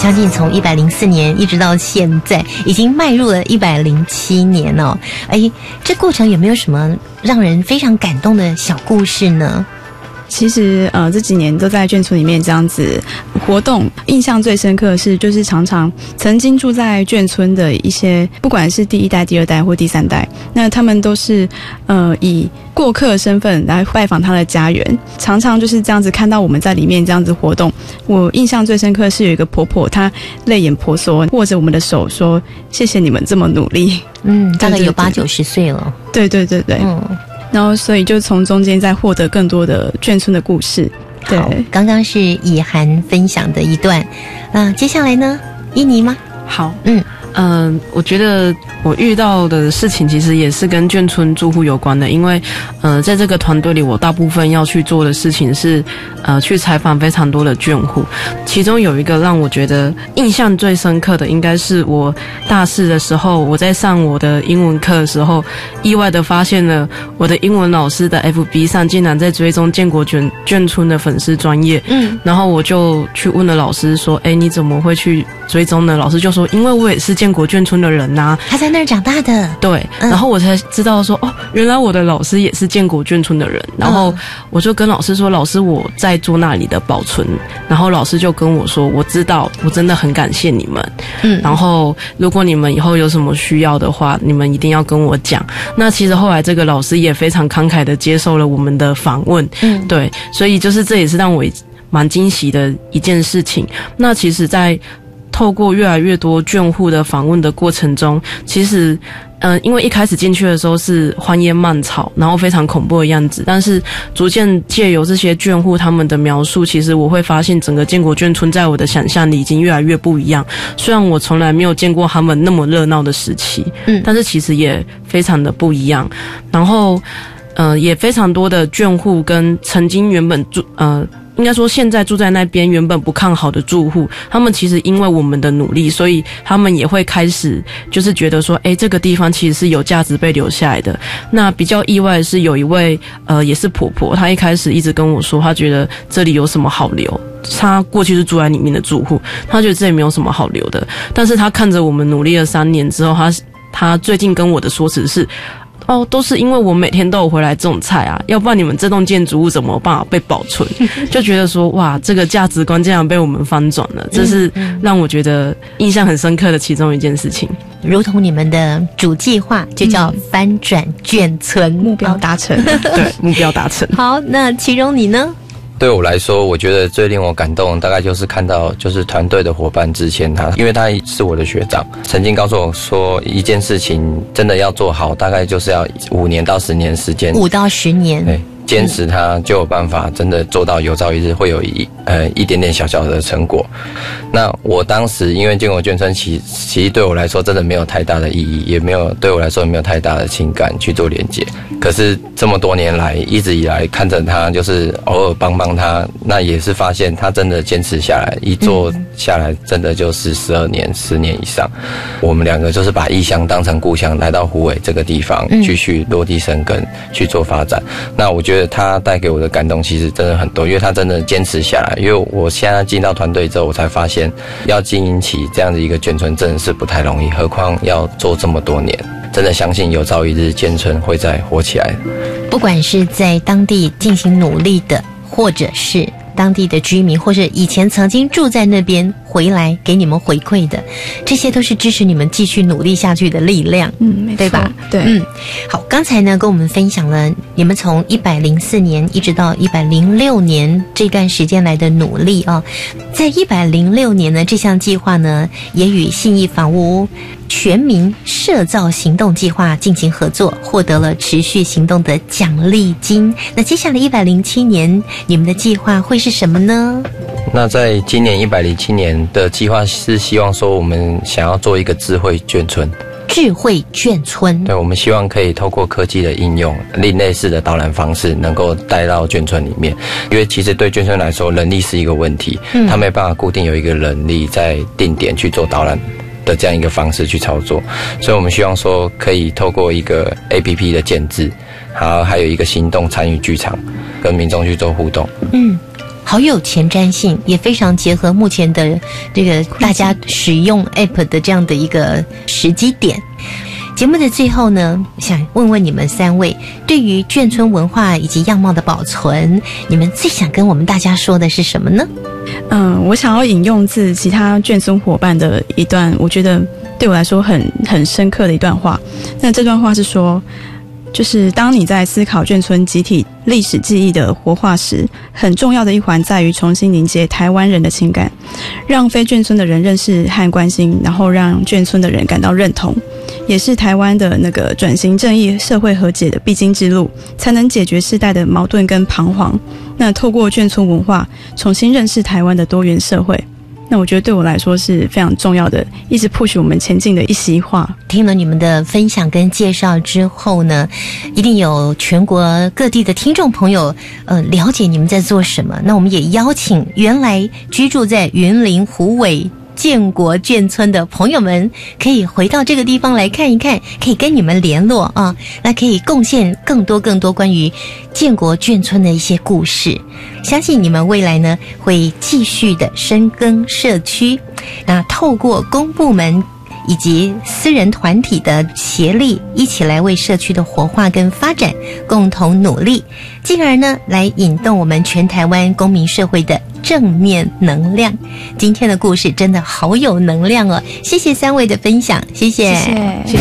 [SPEAKER 8] 相信从104年一直到现在，已经迈入了107年哦。哎，这过程有没有什么让人非常感动的小故事呢？
[SPEAKER 1] 其实这几年都在眷村里面这样子活动，印象最深刻的是就是常常曾经住在眷村的一些，不管是第一代、第二代或第三代，那他们都是以过客的身份来拜访他的家园，常常就是这样子看到我们在里面这样子活动。我印象最深刻是有一个婆婆，她泪眼婆娑，握着我们的手说：“谢谢你们这么努力。”
[SPEAKER 8] 大概有80-90岁了。
[SPEAKER 1] 对。然后，所以就从中间再获得更多的眷村的故事。对，
[SPEAKER 8] 刚刚是以涵分享的一段，接下来呢，依妮吗？
[SPEAKER 11] 好，我觉得我遇到的事情其实也是跟眷村住户有关的，因为在这个团队里，我大部分要去做的事情是去采访非常多的眷户，其中有一个让我觉得印象最深刻的，应该是我大4的时候，我在上我的英文课的时候，意外的发现了我的英文老师的 FB 上竟然在追踪建国眷村的粉丝专页，然后我就去问了老师说：“哎，你怎么会去追踪呢？”老师就说：“因为我也是建国眷村的人呐，
[SPEAKER 8] 他在那儿长大的。”
[SPEAKER 11] 对，然后我才知道说，原来我的老师也是建国眷村的人。然后我就跟老师说：“老师，我在做那里的保存。”然后老师就跟我说：“我知道，我真的很感谢你们。然后如果你们以后有什么需要的话，你们一定要跟我讲。”那其实后来这个老师也非常慷慨的接受了我们的访问。对，所以就是这也是让我蛮惊喜的一件事情。那其实在透过越来越多眷户的访问的过程中，其实因为一开始进去的时候是荒烟蔓草，然后非常恐怖的样子，但是逐渐借由这些眷户他们的描述，其实我会发现整个建国眷村在我的想象里已经越来越不一样。虽然我从来没有见过他们那么热闹的时期，但是其实也非常的不一样。然后也非常多的眷户跟曾经原本应该说现在住在那边原本不看好的住户，他们其实因为我们的努力，所以他们也会开始就是觉得说，这个地方其实是有价值被留下来的。那比较意外的是有一位也是婆婆，她一开始一直跟我说，她觉得这里有什么好留，她过去是住在里面的住户，她觉得这里没有什么好留的。但是她看着我们努力了3年之后，她最近跟我的说辞是，都是因为我每天都有回来种菜啊，要不然你们这栋建筑物怎么办法被保存？就觉得说，哇，这个价值观竟然被我们翻转了，这是让我觉得印象很深刻的其中一件事情。
[SPEAKER 8] 如同你们的主计划就叫翻转眷村，
[SPEAKER 1] 目标达成。
[SPEAKER 11] 对，目标达成。
[SPEAKER 8] 好，那其中你呢？
[SPEAKER 10] 对我来说，我觉得最令我感动大概就是看到就是团队的伙伴之前因为他是我的学长，曾经告诉我说一件事情真的要做好，大概就是要5年到10年时间
[SPEAKER 8] ，5到10年，
[SPEAKER 10] 对，坚持它就有办法真的做到有朝一日会有一点点小小的成果。那我当时因为建国眷村其实对我来说真的没有太大的意义，也没有对我来说也没有太大的情感去做连接。可是这么多年来一直以来看着他，就是偶尔帮他，那也是发现他真的坚持下来，一做下来真的就是12年10年以上。我们2个就是把异乡当成故乡，来到虎尾这个地方继续落地生根去做发展。那我觉得他带给我的感动其实真的很多，因为他真的坚持下来。因为我现在进到团队之后，我才发现要经营起这样的一个眷村真的是不太容易，何况要做这么多年。真的相信有朝一日眷村会再活起来。
[SPEAKER 8] 不管是在当地进行努力的，或者是当地的居民，或者以前曾经住在那边回来给你们回馈的，这些都是支持你们继续努力下去的力量，
[SPEAKER 1] 没错，
[SPEAKER 8] 对吧？
[SPEAKER 1] 对，
[SPEAKER 8] 好，刚才呢跟我们分享了你们从104年一直到106年这段时间来的努力啊。在106年呢，这项计划呢也与信义房屋全民社造行动计划进行合作，获得了持续行动的奖励金。那接下来107年你们的计划会是什么呢？
[SPEAKER 10] 那在今年107年的计划是希望说我们想要做一个智慧眷村。
[SPEAKER 8] 智慧眷村，
[SPEAKER 10] 对，我们希望可以透过科技的应用，另类式的导览方式能够带到眷村里面。因为其实对眷村来说，人力是一个问题，他没办法固定有一个人力在定点去做导览的这样一个方式去操作，所以我们希望说可以透过一个 APP 的建制，还有一个行动参与剧场，跟民众去做互动。
[SPEAKER 8] 好有前瞻性，也非常结合目前的这个大家使用 App 的这样的一个时机点。节目的最后呢，想问问你们3位，对于眷村文化以及样貌的保存，你们最想跟我们大家说的是什么呢？
[SPEAKER 1] 我想要引用自其他眷村伙伴的一段，我觉得对我来说很深刻的一段话。那这段话是说，就是当你在思考眷村集体历史记忆的活化时，很重要的一环在于重新凝结台湾人的情感，让非眷村的人认识和关心，然后让眷村的人感到认同，也是台湾的那个转型正义、社会和解的必经之路，才能解决世代的矛盾跟彷徨。那透过眷村文化，重新认识台湾的多元社会。那我觉得对我来说是非常重要的，一直 push 我们前进的一席话。
[SPEAKER 8] 听了你们的分享跟介绍之后呢，一定有全国各地的听众朋友了解你们在做什么。那我们也邀请原来居住在云林虎尾建国眷村的朋友们，可以回到这个地方来看一看，可以跟你们联络啊，那可以贡献更多关于建国眷村的一些故事。相信你们未来呢会继续的深耕社区，那透过公部门以及私人团体的协力，一起来为社区的活化跟发展共同努力，进而呢来引动我们全台湾公民社会的正面能量。今天的故事真的好有能量哦！谢谢3位的分享，谢谢，谢谢。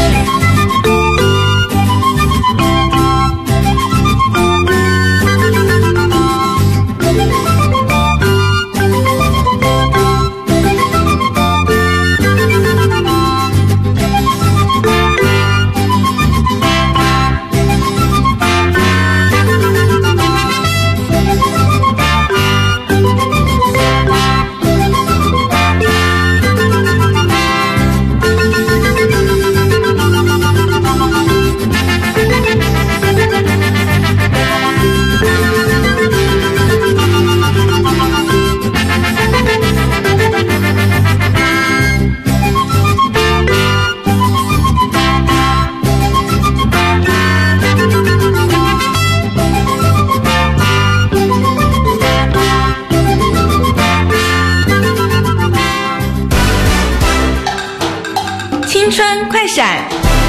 [SPEAKER 17] 青春快闪，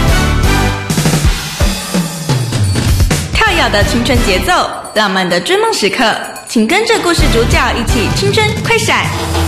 [SPEAKER 17] 跳跃的青春节奏，浪漫的追梦时刻，请跟着故事主角一起青春快闪。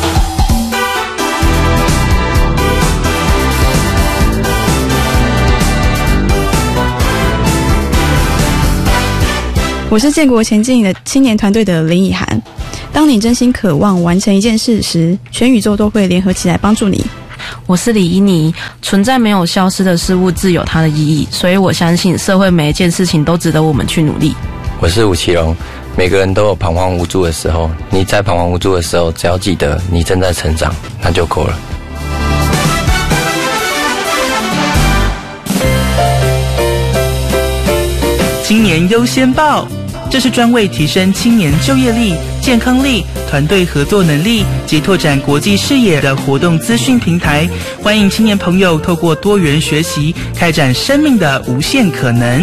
[SPEAKER 1] 我是建国前进的青年团队的林以涵。当你真心渴望完成一件事时，全宇宙都会联合起来帮助你。
[SPEAKER 11] 我是李依妮，存在没有消失的事物自有它的意义，所以我相信社会每一件事情都值得我们去努力。
[SPEAKER 10] 我是吴奇隆，每个人都有彷徨无助的时候，你在彷徨无助的时候，只要记得你正在成长，那就够了。
[SPEAKER 18] 青年优先报，这是专为提升青年就业力、健康力、团队合作能力及拓展国际视野的活动资讯平台，欢迎青年朋友透过多元学习，开展生命的无限可能。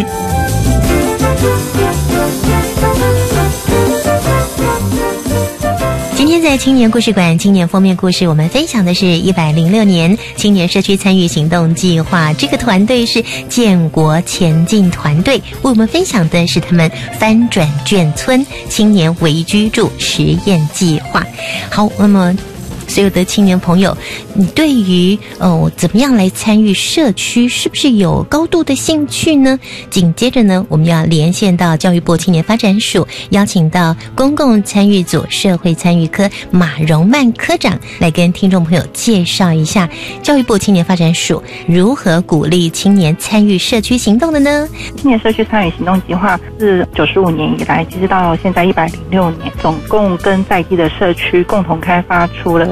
[SPEAKER 8] 今天在青年故事馆青年封面故事，我们分享的是106年青年社区参与行动计划，这个团队是建国前进团队，为我们分享的是他们翻转眷村青年微居住实验计划。好，那么所有的青年朋友，你对于怎么样来参与社区是不是有高度的兴趣呢？紧接着呢，我们要连线到教育部青年发展署，邀请到公共参与组社会参与科马荣曼科长来跟听众朋友介绍一下教育部青年发展署如何鼓励青年参与社区行动的呢？
[SPEAKER 19] 青年社区参与行动计划自95年以来，其实到现在106年，总共跟在地的社区共同开发出了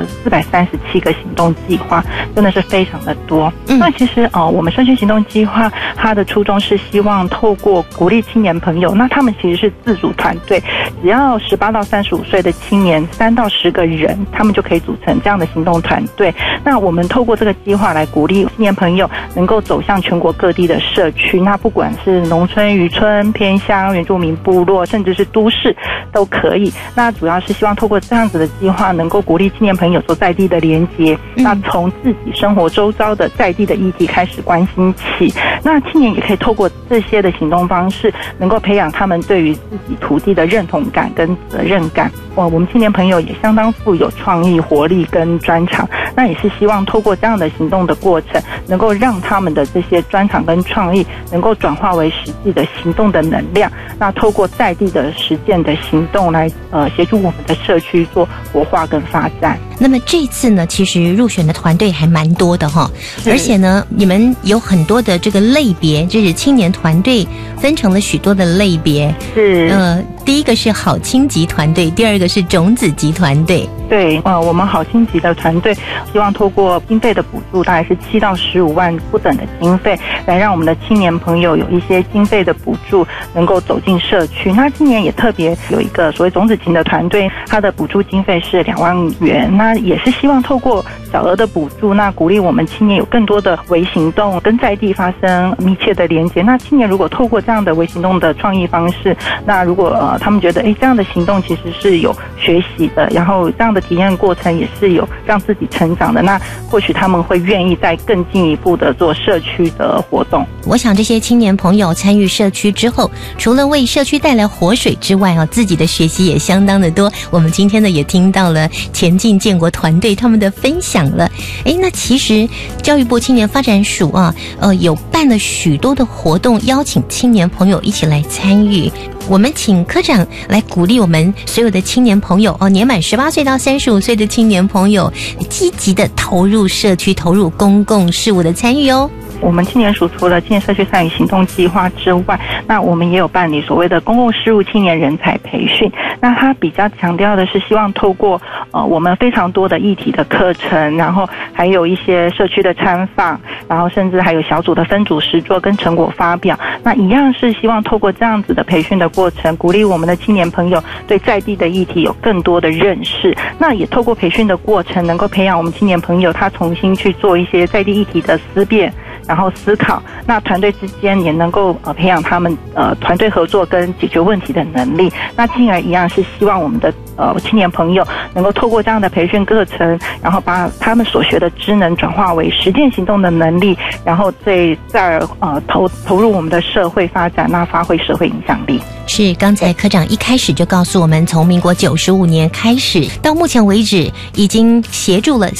[SPEAKER 19] 437个行动计划，真的是非常的多。那其实我们社区行动计划它的初衷是希望透过鼓励青年朋友，那他们其实是自主团队，只要18到35岁的青年3到10个人，他们就可以组成这样的行动团队。那我们透过这个计划来鼓励青年朋友能够走向全国各地的社区，那不管是农村、渔村、偏乡、原住民部落，甚至是都市都可以。那主要是希望透过这样子的计划，能够鼓励青年朋友做在地的连结，那从自己生活周遭的在地的议题开始关心起。那青年也可以透过这些的行动方式，能够培养他们对于自己土地的认同感跟责任感。我们青年朋友也相当富有创意、活力跟专长，那也是希望透过这样的行动的过程，能够让他们的这些专长跟创意能够转化为实际的行动的能量，那透过在地的实践的行动来协助我们的社区做活化跟发展。
[SPEAKER 8] 那么这次呢，其实入选的团队还蛮多的哈，而且呢，你们有很多的这个类别，就是青年团队分成了许多的类别。是，第一个是好青级团队，第二个是种子级团队。
[SPEAKER 19] 对，我们好青级的团队希望透过经费的补助，大概是7到15万不等的经费，来让我们的青年朋友有一些经费的补助，能够走进社区。那今年也特别有一个所谓种子型的团队，它的补助经费是2万元，那也是希望透过小额的补助，那鼓励我们青年有更多的微行动，跟在地发生密切的连接。那青年如果透过这样的微行动的创意方式，那如果他们觉得这样的行动其实是有学习的，然后这样的体验过程也是有让自己成长的，那或许他们会愿意再更进一步的做社区的活动。
[SPEAKER 8] 我想这些青年朋友参与社区之后，除了为社区带来活水之外自己的学习也相当的多。我们今天呢也听到了前进建国团队他们的分享了。那其实教育部青年发展署有办了许多的活动，邀请青年朋友一起来参与。我们请科长来鼓励我们所有的青年朋友年满18岁到35岁的青年朋友，积极的投入社区，投入公共事务的参与哦。
[SPEAKER 19] 我们青年署除了青年社区参与行动计划之外，那我们也有办理所谓的公共事务青年人才培训。那它比较强调的是希望透过我们非常多的议题的课程，然后还有一些社区的参访，然后甚至还有小组的分组实作跟成果发表。那一样是希望透过这样子的培训的过程，鼓励我们的青年朋友对在地的议题有更多的认识。那也透过培训的过程，能够培养我们青年朋友他重新去做一些在地议题的思辨，然后思考，那团队之间也能够培养他们团队合作跟解决问题的能力。那进而一样是希望我们的青年朋友能够透过这样的培训课程，然后把他们所学的知能转化为实践行动的能力，然后再投入我们的社会发展，那发挥社会影响力。
[SPEAKER 8] 是，刚才科长一开始就告诉我们，从民国95年开始到目前为止，已经协助了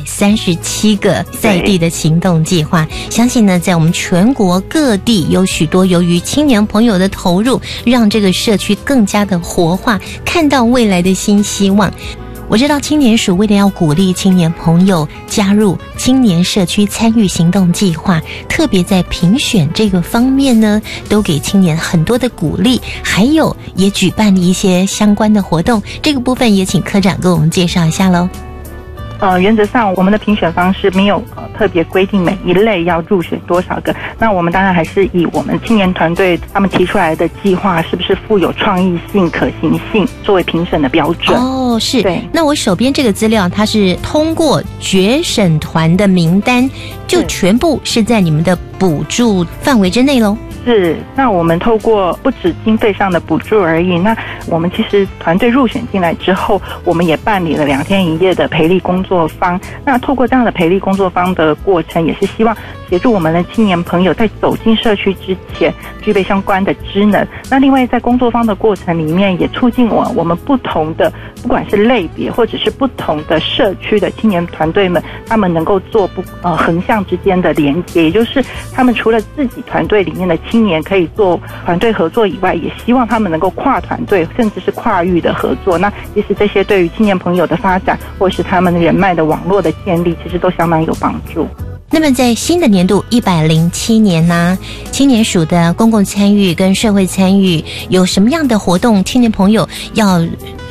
[SPEAKER 8] 437个在地的行动计划。相信呢，在我们全国各地有许多由于青年朋友的投入，让这个社区更加的活化，看到未来的新希望。我知道青年署为了要鼓励青年朋友加入青年社区参与行动计划，特别在评选这个方面呢，都给青年很多的鼓励，还有也举办了一些相关的活动。这个部分也请科长给我们介绍一下咯。
[SPEAKER 19] 原则上我们的评选方式没有特别规定每一类要入选多少个，那我们当然还是以我们青年团队他们提出来的计划是不是富有创意性、可行性作为评审的标准。
[SPEAKER 8] 是。
[SPEAKER 19] 对。
[SPEAKER 8] 那我手边这个资料，它是通过决审团的名单，就全部是在你们的补助范围之内咯。
[SPEAKER 19] 是，那我们透过不止经费上的补助而已，那我们其实团队入选进来之后，我们也办理了2天1夜的培力工作坊。那透过这样的培力工作坊的过程，也是希望协助我们的青年朋友在走进社区之前具备相关的知能。那另外在工作坊的过程里面，也促进我们不同的不管是类别或者是不同的社区的青年团队们，他们能够做横向之间的连接，也就是他们除了自己团队里面的青年可以做团队合作以外，也希望他们能够跨团队甚至是跨域的合作。那其实这些对于青年朋友的发展或是他们人脉的网络的建立，其实都相当有帮助。
[SPEAKER 8] 那么在新的年度107年呢，青年署的公共参与跟社会参与有什么样的活动，青年朋友要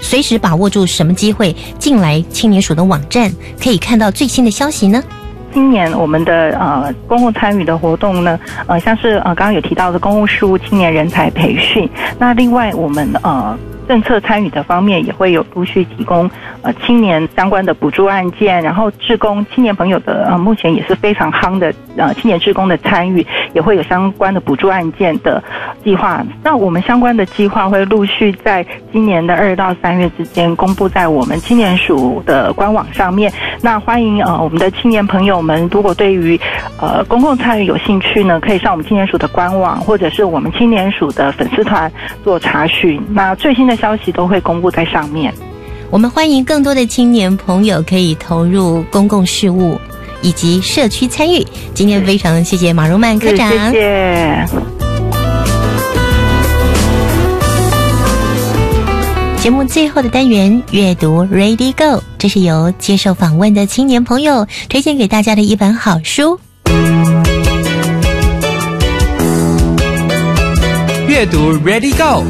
[SPEAKER 8] 随时把握住什么机会进来青年署的网站，可以看到最新的消息呢？
[SPEAKER 19] 今年我们的公共参与的活动呢，像是刚刚有提到的公共事务青年人才培训，那另外我们政策参与的方面也会有陆续提供青年相关的补助案件，然后志工青年朋友的目前也是非常夯的青年志工的参与，也会有相关的补助案件的计划。那我们相关的计划会陆续在今年的2到3月之间公布在我们青年署的官网上面。那欢迎我们的青年朋友们，如果对于公共参与有兴趣呢，可以上我们青年署的官网，或者是我们青年署的粉丝团做查询。那最新的消息都会公布在上面。
[SPEAKER 8] 我们欢迎更多的青年朋友可以投入公共事务以及社区参与。今天非常谢谢马荣曼科长，
[SPEAKER 19] 谢谢。
[SPEAKER 8] 节目最后的单元阅读 Ready Go， 这是由接受访问的青年朋友推荐给大家的一本好书。
[SPEAKER 12] 阅读 Ready Go。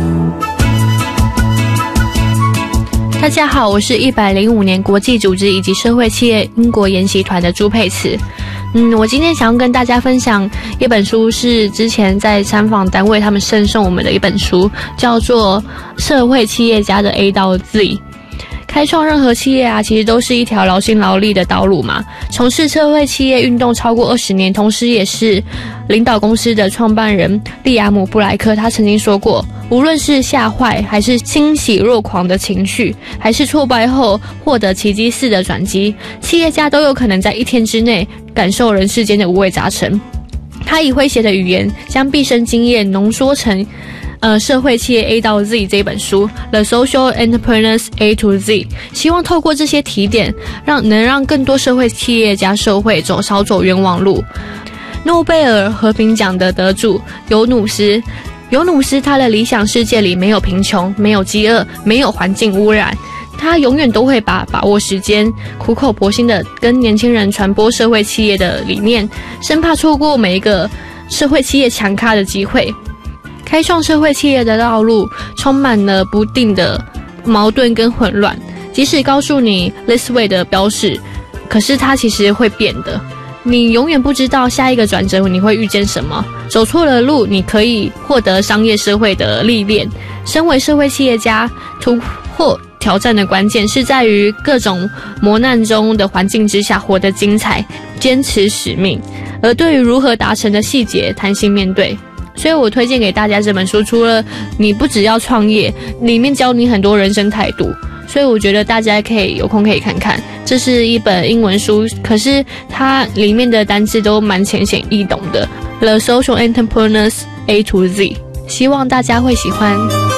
[SPEAKER 20] 大家好，我是105年国际组织以及社会企业英国研习团的朱佩慈。我今天想要跟大家分享一本书，是之前在参访单位他们赠送我们的一本书，叫做《社会企业家的 A 到 Z》。开创任何企业其实都是一条劳心劳力的道路嘛。从事社会企业运动超过20年，同时也是领导公司的创办人利亚姆·布莱克，他曾经说过，无论是吓坏还是欣喜若狂的情绪，还是挫败后获得奇迹式的转机，企业家都有可能在1天之内感受人世间的五味杂陈。他以诙谐的语言将毕生经验浓缩成社会企业 A 到 Z 这本书 The Social Entrepreneurs A to Z， 希望透过这些提点能让更多社会企业家受惠，少走冤枉路。诺贝尔和平奖的得主尤努斯他的理想世界里没有贫穷，没有饥饿，没有环境污染，他永远都会把握时间，苦口婆心的跟年轻人传播社会企业的理念，生怕错过每一个社会企业强咖的机会。开创社会企业的道路充满了不定的矛盾跟混乱，即使告诉你 this way 的标示，可是它其实会变的。你永远不知道下一个转折你会遇见什么，走错了路，你可以获得商业社会的历练。身为社会企业家，突破挑战的关键是在于各种磨难中的环境之下活得精彩，坚持使命，而对于如何达成的细节弹性面对。所以我推荐给大家这本书，除了你不只要创业，里面教你很多人生态度，所以我觉得大家有空可以看看。这是一本英文书，可是它里面的单字都蛮浅显易懂的。 The Social Entrepreneurs A to Z， 希望大家会喜欢。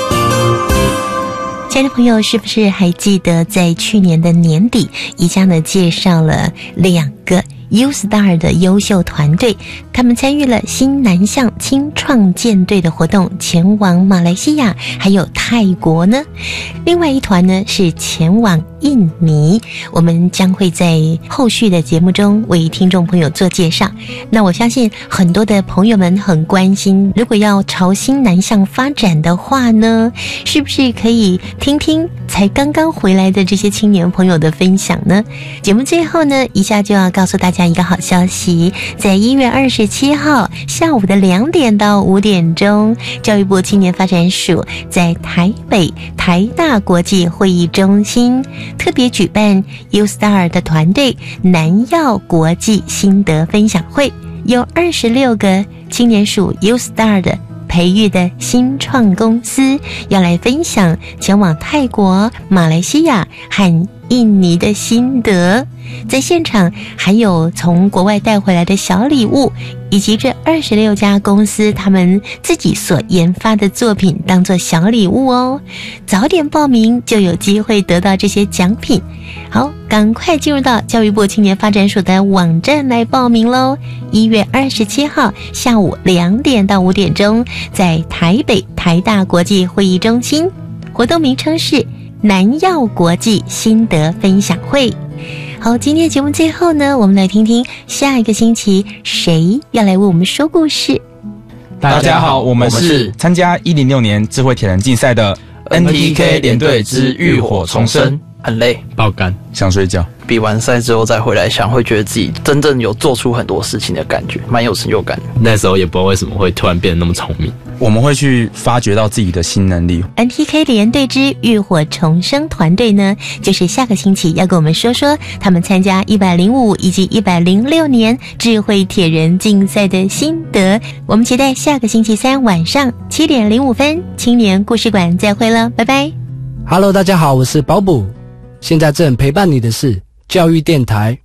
[SPEAKER 8] 亲爱的朋友，是不是还记得在去年的年底，宜家呢介绍了2个U-Star 的优秀团队，他们参与了新南向青创舰队的活动，前往马来西亚还有泰国呢。另外一团呢是前往印尼，我们将会在后续的节目中为听众朋友做介绍。那我相信很多的朋友们很关心，如果要朝新南向发展的话呢，是不是可以听听才刚刚回来的这些青年朋友的分享呢？节目最后呢，一下就要告诉大家一个好消息，在1月27号下午的2点到5点钟，教育部青年发展署在台北台大国际会议中心特别举办 U-Star 的团队南药国际心得分享会，有26个青年署 U-Star 的培育的新创公司要来分享前往泰国、马来西亚和印尼的心得。在现场还有从国外带回来的小礼物，以及这26家公司他们自己所研发的作品当做小礼物哦。早点报名就有机会得到这些奖品。好，赶快进入到教育部青年发展署的网站来报名咯。1月27号下午2点到5点钟，在台北台大国际会议中心，活动名称是南药国际心得分享会。好，今天节目最后呢，我们来听听下一个星期谁要来为我们说故事。
[SPEAKER 12] 大家好，我们是参加106年智慧铁人竞赛的
[SPEAKER 4] NTK 连队之浴火重生，
[SPEAKER 21] 很累，
[SPEAKER 22] 爆肝，
[SPEAKER 21] 想睡觉。 比完赛之后再回来想，会觉得自己真正有做出很多事情的感觉，蛮有成就感的。
[SPEAKER 22] 那时候也不知道为什么会突然变得那么聪明。
[SPEAKER 21] 我们会去发掘到自己的新能力。
[SPEAKER 8] NTK 连队之浴火重生团队呢，就是下个星期要跟我们说说他们参加105以及106年智慧铁人竞赛的心得。我们期待下个星期三晚上7点05分，青年故事馆再会了，拜拜。
[SPEAKER 23] Hello， 大家好，我是保卜，现在正陪伴你的是教育电台